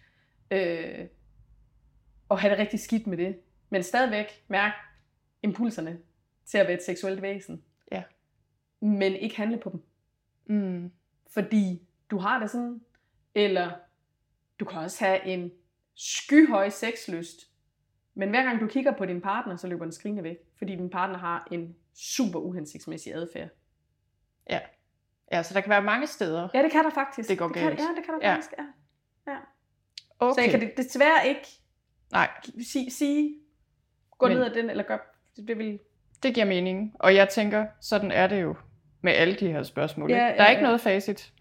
C: Og have det rigtig skidt med det. Men stadigvæk mærke impulserne til at være et seksuelt væsen.
D: Ja.
C: Men ikke handle på dem. Fordi du har det sådan. Eller du kan også have en skyhøj sexlyst. Men hver gang du kigger på din partner, så løber den skrigende væk. Fordi din partner har en super uhensigtsmæssig adfærd.
D: Ja, så der kan være mange steder.
C: Ja, det kan der faktisk.
D: Det går galt.
C: Det kan der faktisk, ja.
D: Okay.
C: Så jeg kan desværre ikke sige, gå ned ad den, eller gør det vil...
D: Det giver mening, og jeg tænker, sådan er det jo med alle de her spørgsmål. Der er ikke noget facit.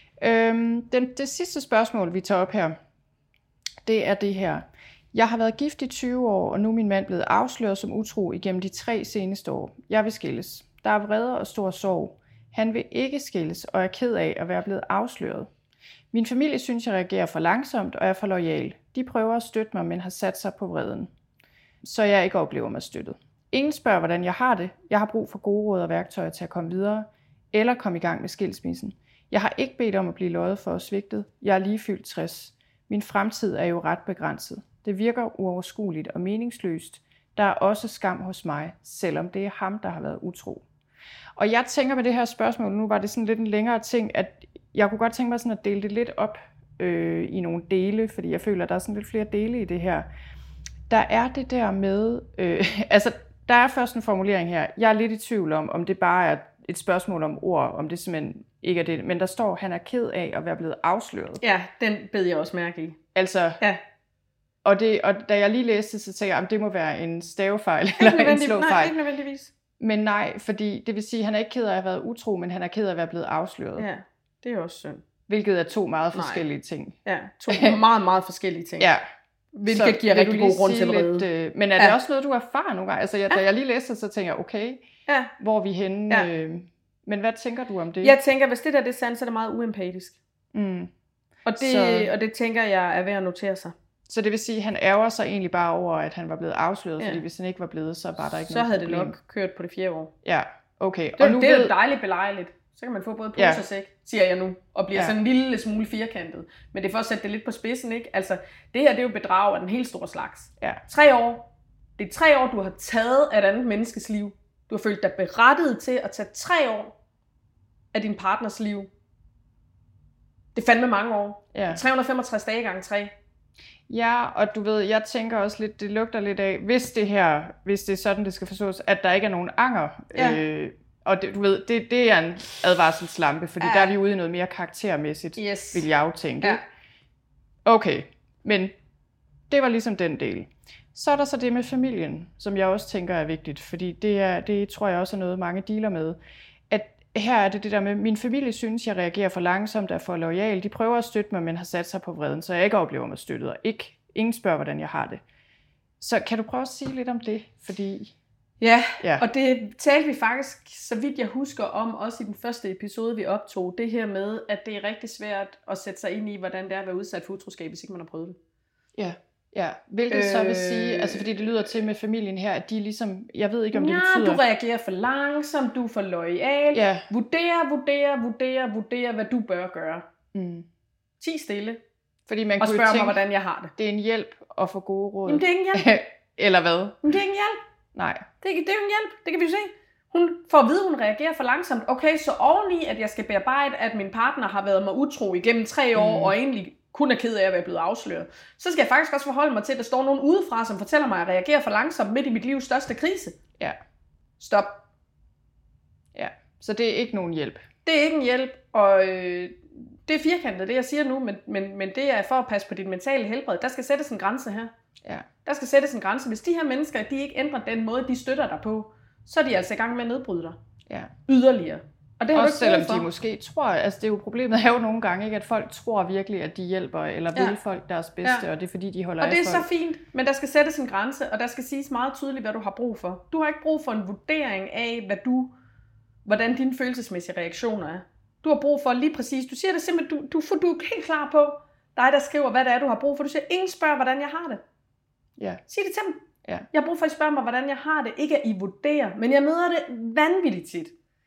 D: Det sidste spørgsmål, vi tager op her, det er det her. Jeg har været gift i 20 år, og nu er min mand blevet afsløret som utro igennem de 3 seneste år. Jeg vil skilles. Der er vrede og stor sorg. Han vil ikke skilles, og er ked af at være blevet afsløret. Min familie synes, jeg reagerer for langsomt og er for loyal. De prøver at støtte mig, men har sat sig på vreden, så jeg ikke oplever mig støttet. Ingen spørger, hvordan jeg har det. Jeg har brug for gode råd og værktøjer til at komme videre, eller komme i gang med skilsmissen. Jeg har ikke bedt om at blive løjet for at svigtet. Jeg er lige fyldt 60. Min fremtid er jo ret begrænset. Det virker uoverskueligt og meningsløst. Der er også skam hos mig, selvom det er ham, der har været utro. Og jeg tænker med det her spørgsmål, nu var det sådan lidt en længere ting, at jeg kunne godt tænke mig sådan at dele det lidt op i nogle dele, fordi jeg føler, at der er sådan lidt flere dele i det her. Der er det der med, altså der er først en formulering her, jeg er lidt i tvivl om det bare er et spørgsmål om ord, om det simpelthen ikke er det, men der står, han er ked af at være blevet afsløret.
C: Ja, den bed jeg også mærke i.
D: Altså, og da jeg lige læste, så tænkte jeg, at det må være en stavefejl eller en slåfejl.
C: Nej, ikke nødvendigvis.
D: Men nej, fordi det vil sige, at han er ikke ked af at have været utro, men han er ked af at være blevet afsløret.
C: Ja, det er også synd.
D: Hvilket er 2 meget forskellige ting.
C: Ja, 2 meget, meget forskellige ting.
D: Ja.
C: Hvilket giver rigtig god grund til vrede.
D: Men er det også noget, du erfarer nogle gange? Altså, da jeg lige læste så tænker jeg, okay, hvor er vi henne? Ja. Men hvad tænker du om det?
C: Jeg tænker, hvis det der det er sandt, så er det meget uempatisk. Og det tænker jeg er værd at notere sig.
D: Så det vil sige, at han ærger sig egentlig bare over, at han var blevet afsløret, fordi hvis han ikke var blevet, så var der ikke noget problem.
C: Så havde det nok kørt på det 4. år.
D: Ja, okay.
C: Det er jo dejligt belejligt. Så kan man få både pose og sæk, siger jeg nu, og bliver sådan en lille smule firkantet. Men det er for at sætte det lidt på spidsen, ikke? Altså, det her det er jo bedrag af den helt store slags. 3 år. Det er 3 år, du har taget af et andet menneskes liv. Du har følt dig berettiget til at tage 3 år af din partners liv. Det er fandme mange år. 365 dage gange 3.
D: Ja, og du ved, jeg tænker også lidt, det lugter lidt af, hvis det er sådan, det skal forstås, at der ikke er nogen anger. Og det, du ved, det er en advarselslampe, fordi der er vi ude i noget mere karaktermæssigt, vil jeg jo tænke. Ja. Okay, men det var ligesom den del. Så er der så det med familien, som jeg også tænker er vigtigt, fordi det tror jeg også er noget, mange dealer med. At her er det der med, min familie synes, jeg reagerer for langsomt og for loyal. De prøver at støtte mig, men har sat sig på vreden, så jeg ikke oplever mig støttet, og ingen spørger, hvordan jeg har det. Så kan du prøve at sige lidt om det? Fordi...
C: Ja, og det talte vi faktisk, så vidt jeg husker, om også i den første episode, vi optog. Det her med, at det er rigtig svært at sætte sig ind i, hvordan det er at være udsat for utroskab, hvis ikke man har prøvet det.
D: Ja. Hvilket så vil sige, altså fordi det lyder til med familien her, at de ligesom, jeg ved ikke om det betyder...
C: du reagerer for langsomt, du er for loyal. Ja. Vurder, hvad du bør gøre. 10 stille.
D: Fordi man
C: og spørg mig, hvordan jeg har det.
D: Det er en hjælp at få gode råd.
C: Jamen det er ingen hjælp.
D: Eller hvad?
C: Men det er ingen hjælp.
D: Nej.
C: Det er jo ingen hjælp. Det kan vi jo se. Hun får at vide, at hun reagerer for langsomt. Okay, så oveni, at jeg skal bearbejde, at min partner har været mig utro igennem 3 år, og egentlig kun er ked af at være blevet afsløret, så skal jeg faktisk også forholde mig til, at der står nogen udefra, som fortæller mig, at jeg reagerer for langsomt midt i mit livs største krise.
D: Ja.
C: Stop.
D: Ja, så det er ikke nogen hjælp.
C: Det er ikke en hjælp, og det er firkantet, det jeg siger nu, men det er for at passe på dit mentale helbred. Der skal sættes en grænse her.
D: Ja.
C: Der skal sættes en grænse. Hvis de her mennesker, de ikke ændrer den måde, de støtter dig på, så er de altså i gang med at nedbryde dig.
D: Ja.
C: Yderligere. Og det har
D: også
C: du ikke
D: selvom de måske tror, altså det er jo problemet er jo nogle gange, ikke, at folk tror virkelig, at de hjælper, eller vil folk deres bedste, og det er fordi, de holder af folk.
C: Og det er så fint, men der skal sættes en grænse, og der skal siges meget tydeligt, hvad du har brug for. Du har ikke brug for en vurdering af, hvordan dine følelsesmæssige reaktioner er. Du har brug for lige præcis, du siger det simpelthen, du er helt klar på, dig der skriver, hvad det er, du har brug for. Du siger, ingen spørger, hvordan jeg har det.
D: Ja.
C: Sig det til dem.
D: Ja.
C: Jeg har brug for, at I spørger mig, hvordan jeg har det. Ikke at I vurderer, men jeg møder det vanvittigt tit.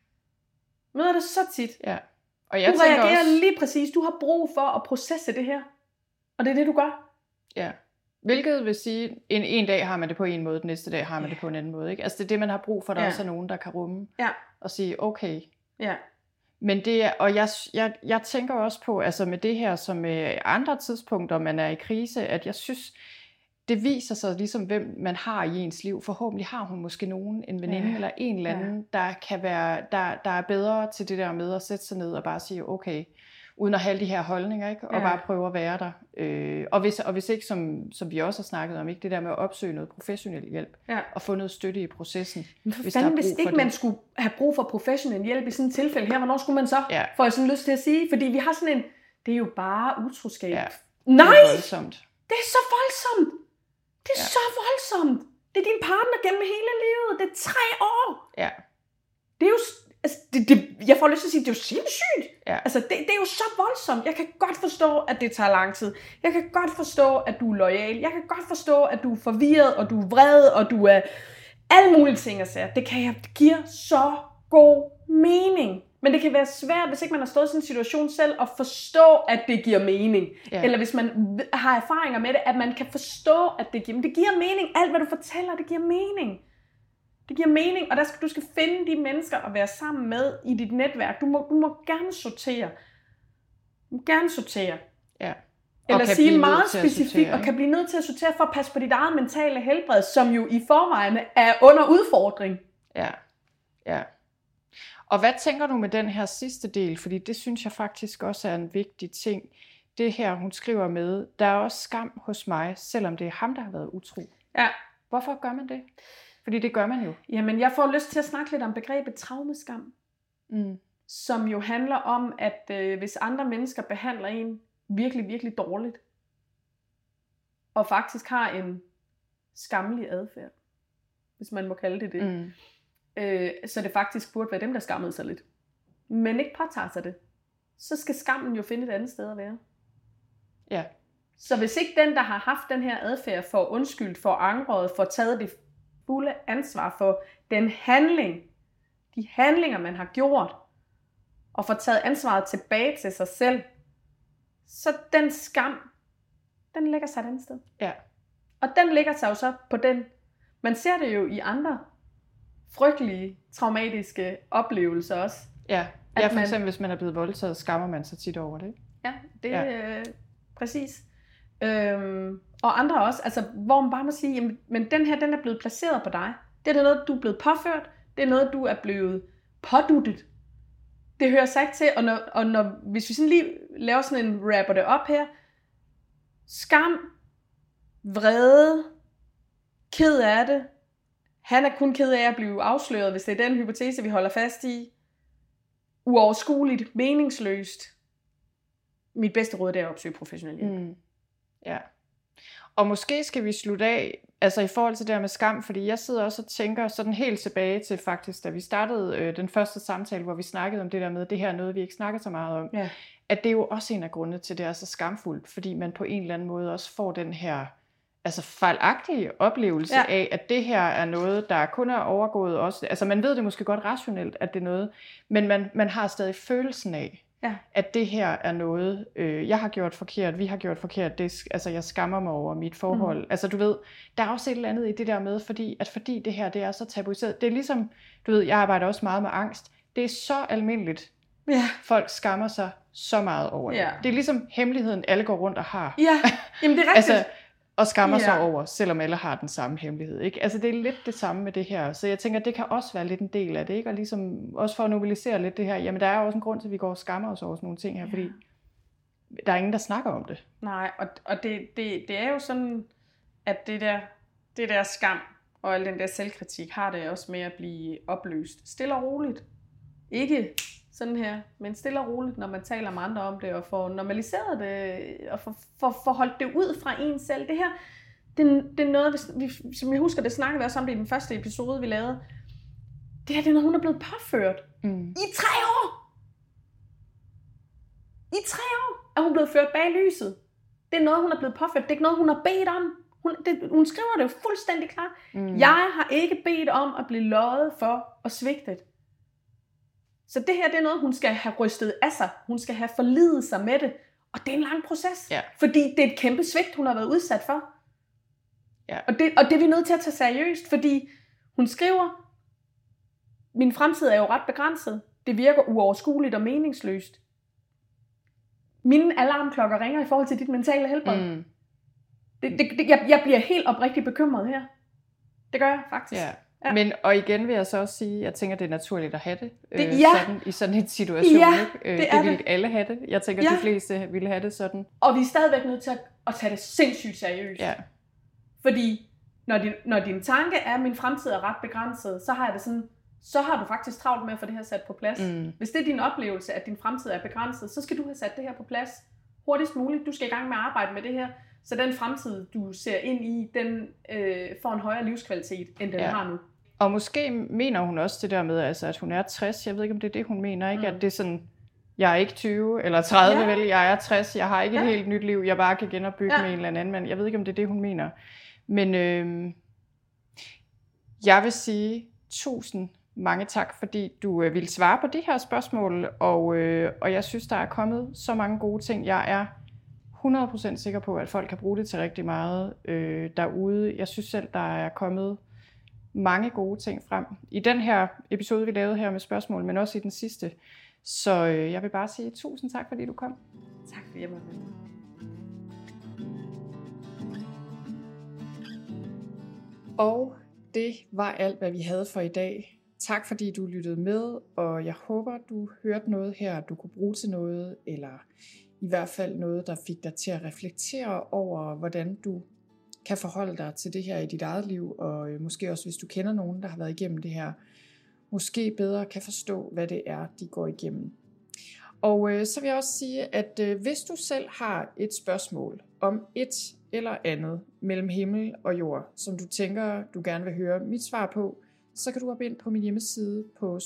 C: Jeg møder det så tit.
D: Ja. Og jeg
C: du
D: tænker
C: reagerer
D: også
C: lige præcis. Du har brug for at processe det her. Og det er det, du gør.
D: Ja. Hvilket vil sige, en dag har man det på en måde, den næste dag har man det på en anden måde. Ikke? Altså det er det, man har brug for, der også er nogen, der kan rumme og sige, okay.
C: Ja.
D: Men det er, og jeg tænker også på, altså med det her, som med andre tidspunkter, man er i krise, at jeg synes, det viser sig ligesom, hvem man har i ens liv. Forhåbentlig har hun måske nogen, en veninde eller en eller anden, der kan være, der er bedre til det der med at sætte sig ned og bare sige, okay, uden at have de her holdninger, ikke? Og bare prøve at være der. Og hvis ikke, som vi også har snakket om, ikke det der med at opsøge noget professionel hjælp, og få noget støtte i processen.
C: Hvis ikke man skulle have brug for professionel hjælp i sådan et tilfælde her, hvornår skulle man så? Får jeg sådan lyst til at sige, fordi vi har sådan en, det er jo bare utroskab.
D: Ja.
C: Nej!
D: Det er voldsomt.
C: Det er så voldsomt! Det er så voldsomt! Det er din partner gennem hele livet. Det er 3 år!
D: Ja.
C: Det er jo... Altså, jeg får lyst til at sige, det er jo sindssygt.
D: Ja.
C: Altså, det er jo så voldsomt. Jeg kan godt forstå, at det tager lang tid. Jeg kan godt forstå, at du er loyal. Jeg kan godt forstå, at du er forvirret, og du er vred, og du er alle mulige ting at sige. Det giver så god mening. Men det kan være svært, hvis ikke man har stået i sådan en situation selv, at forstå, at det giver mening. Ja. Eller hvis man har erfaringer med det, at man kan forstå, at det giver mening. Alt, hvad du fortæller, det giver mening. Det giver mening, og du skal finde de mennesker at være sammen med i dit netværk. Du må gerne sortere. Du må gerne sortere.
D: Ja.
C: Eller sige meget specifikt, og kan blive nødt til at sortere for at passe på dit eget mentale helbred, som jo i forvejen er under udfordring.
D: Ja, ja. Og hvad tænker du med den her sidste del? Fordi det synes jeg faktisk også er en vigtig ting. Det her, hun skriver med, der er også skam hos mig, selvom det er ham, der har været utro.
C: Ja.
D: Hvorfor gør man det? Fordi det gør man jo.
C: Jamen, jeg får lyst til at snakke lidt om begrebet traumeskam. Som jo handler om, at hvis andre mennesker behandler en virkelig, virkelig dårligt, og faktisk har en skammelig adfærd, hvis man må kalde det det, så det faktisk burde være dem, der skammede sig lidt, men ikke påtager sig det, så skal skammen jo finde et andet sted at være.
D: Ja.
C: Så hvis ikke den, der har haft den her adfærd, får undskyldt, får angret, får taget det fulde ansvar for den handling, de handlinger, man har gjort, og får taget ansvaret tilbage til sig selv, så den skam, den lægger sig et andet sted.
D: Ja.
C: Og den ligger sig jo så på den. Man ser det jo i andre frygtelige, traumatiske oplevelser også.
D: Ja, for eksempel hvis man er blevet voldtaget, skammer man sig tit over det.
C: Ja, det er præcis. Og andre også, altså, hvor man bare må sige, jamen, men den her, den er blevet placeret på dig. Det er noget, du er blevet påført. Det er noget, du er blevet påduttet. Det hører sig ikke til, og hvis vi sådan lige laver sådan en rapper det op her, skam, vrede, ked af det, han er kun ked af at blive afsløret, hvis det er den hypotese, vi holder fast i, uoverskueligt, meningsløst. Mit bedste råd, det er at opsøge professionel hjælp.
D: Ja. Og måske skal vi slutte af, altså i forhold til det her med skam, fordi jeg sidder også og tænker sådan helt tilbage til faktisk, da vi startede den første samtale, hvor vi snakkede om det der med, det her er noget, vi ikke snakker så meget om, at det er jo også en af grundene til, det er så skamfuldt, fordi man på en eller anden måde også får den her altså fejlagtige oplevelse af, at det her er noget, der kun er overgået også. Altså man ved det måske godt rationelt, at det er noget, men man har stadig følelsen af, At det her er noget, jeg har gjort forkert, vi har gjort forkert, jeg skammer mig over mit forhold. Altså du ved, der er også et eller andet i det der med, fordi det her, det er så tabuiseret. Det er ligesom, du ved, jeg arbejder også meget med angst. Det er så almindeligt. Ja. Folk skammer sig så meget over det. Det er ligesom hemmeligheden, alle går rundt og har.
C: Ja, jamen det er rigtigt.
D: Og skammer sig over, selvom alle har den samme hemmelighed. Ikke? Altså det er lidt det samme med det her. Så jeg tænker, det kan også være lidt en del af det. Ikke? Og ligesom også for at normalisere lidt det her. Jamen der er jo også en grund til, at vi går og skammer os over sådan nogle ting her. Fordi der er ingen, der snakker om det.
C: Nej, og det er jo sådan, at det der skam og al den der selvkritik har det også med at blive opløst. Stille og roligt. Ikke sådan her, men stille og roligt, når man taler med andre om det, og får normaliseret det, og får holdt det ud fra en selv. Det her, det er noget, som jeg husker, det snakkede vi også om det i den første episode, vi lavede. Det her, det er noget, hun er blevet påført. I 3 år! I 3 år er hun blevet ført bag lyset. Det er noget, hun er blevet påført. Det er ikke noget, hun har bedt om. Hun skriver det jo fuldstændig klart. Jeg har ikke bedt om at blive løjet for at svigte. Så det her, det er noget, hun skal have rystet af sig. Hun skal have forlidet sig med det. Og det er en lang proces. Ja. Fordi det er et kæmpe svigt, hun har været udsat for. Ja. Og det er vi nødt til at tage seriøst. Fordi hun skriver, min fremtid er jo ret begrænset. Det virker uoverskueligt og meningsløst. Mine alarmklokker ringer i forhold til dit mentale helbred. Jeg bliver helt oprigtigt bekymret her. Det gør jeg faktisk.
D: Ja. Ja. Men, og igen vil jeg så også sige, jeg tænker, det er naturligt at have det, sådan, i sådan en situation. Det vil alle have det. Jeg tænker, de fleste ville have det sådan.
C: Og vi er stadigvæk nødt til at tage det sindssygt seriøst. Ja. Fordi når din tanke er, at min fremtid er ret begrænset, så har jeg det sådan, så har du faktisk travlt med at få det her sat på plads. Hvis det er din oplevelse, at din fremtid er begrænset, så skal du have sat det her på plads hurtigst muligt. Du skal i gang med at arbejde med det her. Så den fremtid, du ser ind i, den får en højere livskvalitet, end den har nu.
D: Og måske mener hun også det der med, altså, at hun er 60. Jeg ved ikke, om det er det, hun mener. Ikke? At det er sådan, jeg er ikke 20 eller 30, vel? Jeg er 60. Jeg har ikke et helt nyt liv. Jeg bare kan genopbygge med en eller anden mand. Jeg ved ikke, om det er det, hun mener. Men jeg vil sige 1000 mange tak, fordi du ville svare på det her spørgsmål. Og jeg synes, der er kommet så mange gode ting. Jeg er 100% sikker på, at folk kan bruge det til rigtig meget derude. Jeg synes selv, der er kommet mange gode ting frem i den her episode, vi lavede her med spørgsmål, men også i den sidste. Så jeg vil bare sige 1000 tak, fordi du kom.
C: Tak fordi jeg var med.
A: Og det var alt, hvad vi havde for i dag. Tak fordi du lyttede med, og jeg håber, du hørte noget her, du kunne bruge til noget, eller i hvert fald noget, der fik dig til at reflektere over, hvordan du kan forholde dig til det her i dit eget liv, og måske også, hvis du kender nogen, der har været igennem det her, måske bedre kan forstå, hvad det er, de går igennem. Og så vil jeg også sige, at hvis du selv har et spørgsmål om et eller andet mellem himmel og jord, som du tænker, du gerne vil høre mit svar på, så kan du hoppe ind på min hjemmeside på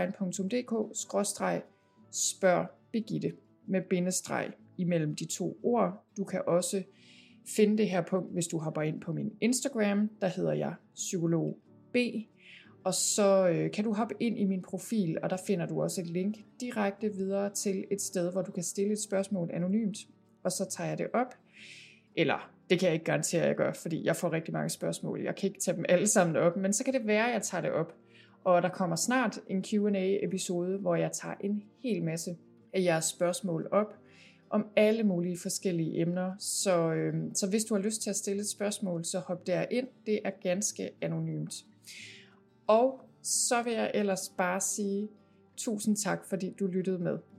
A: sølvstein.dk/spørg Birgitte med bindestreg imellem de 2 ord. Du kan også finde det her punkt, hvis du hopper ind på min Instagram, der hedder jeg Psykolog B, og så kan du hoppe ind i min profil, og der finder du også et link direkte videre til et sted, hvor du kan stille et spørgsmål anonymt, og så tager jeg det op, eller det kan jeg ikke garantere, at jeg gør, fordi jeg får rigtig mange spørgsmål. Jeg kan ikke tage dem alle sammen op, men så kan det være, at jeg tager det op, og der kommer snart en Q&A-episode, hvor jeg tager en hel masse af jeres spørgsmål op, om alle mulige forskellige emner. Så hvis du har lyst til at stille et spørgsmål, så hop derind. Det er ganske anonymt. Og så vil jeg ellers bare sige 1000 tak, fordi du lyttede med.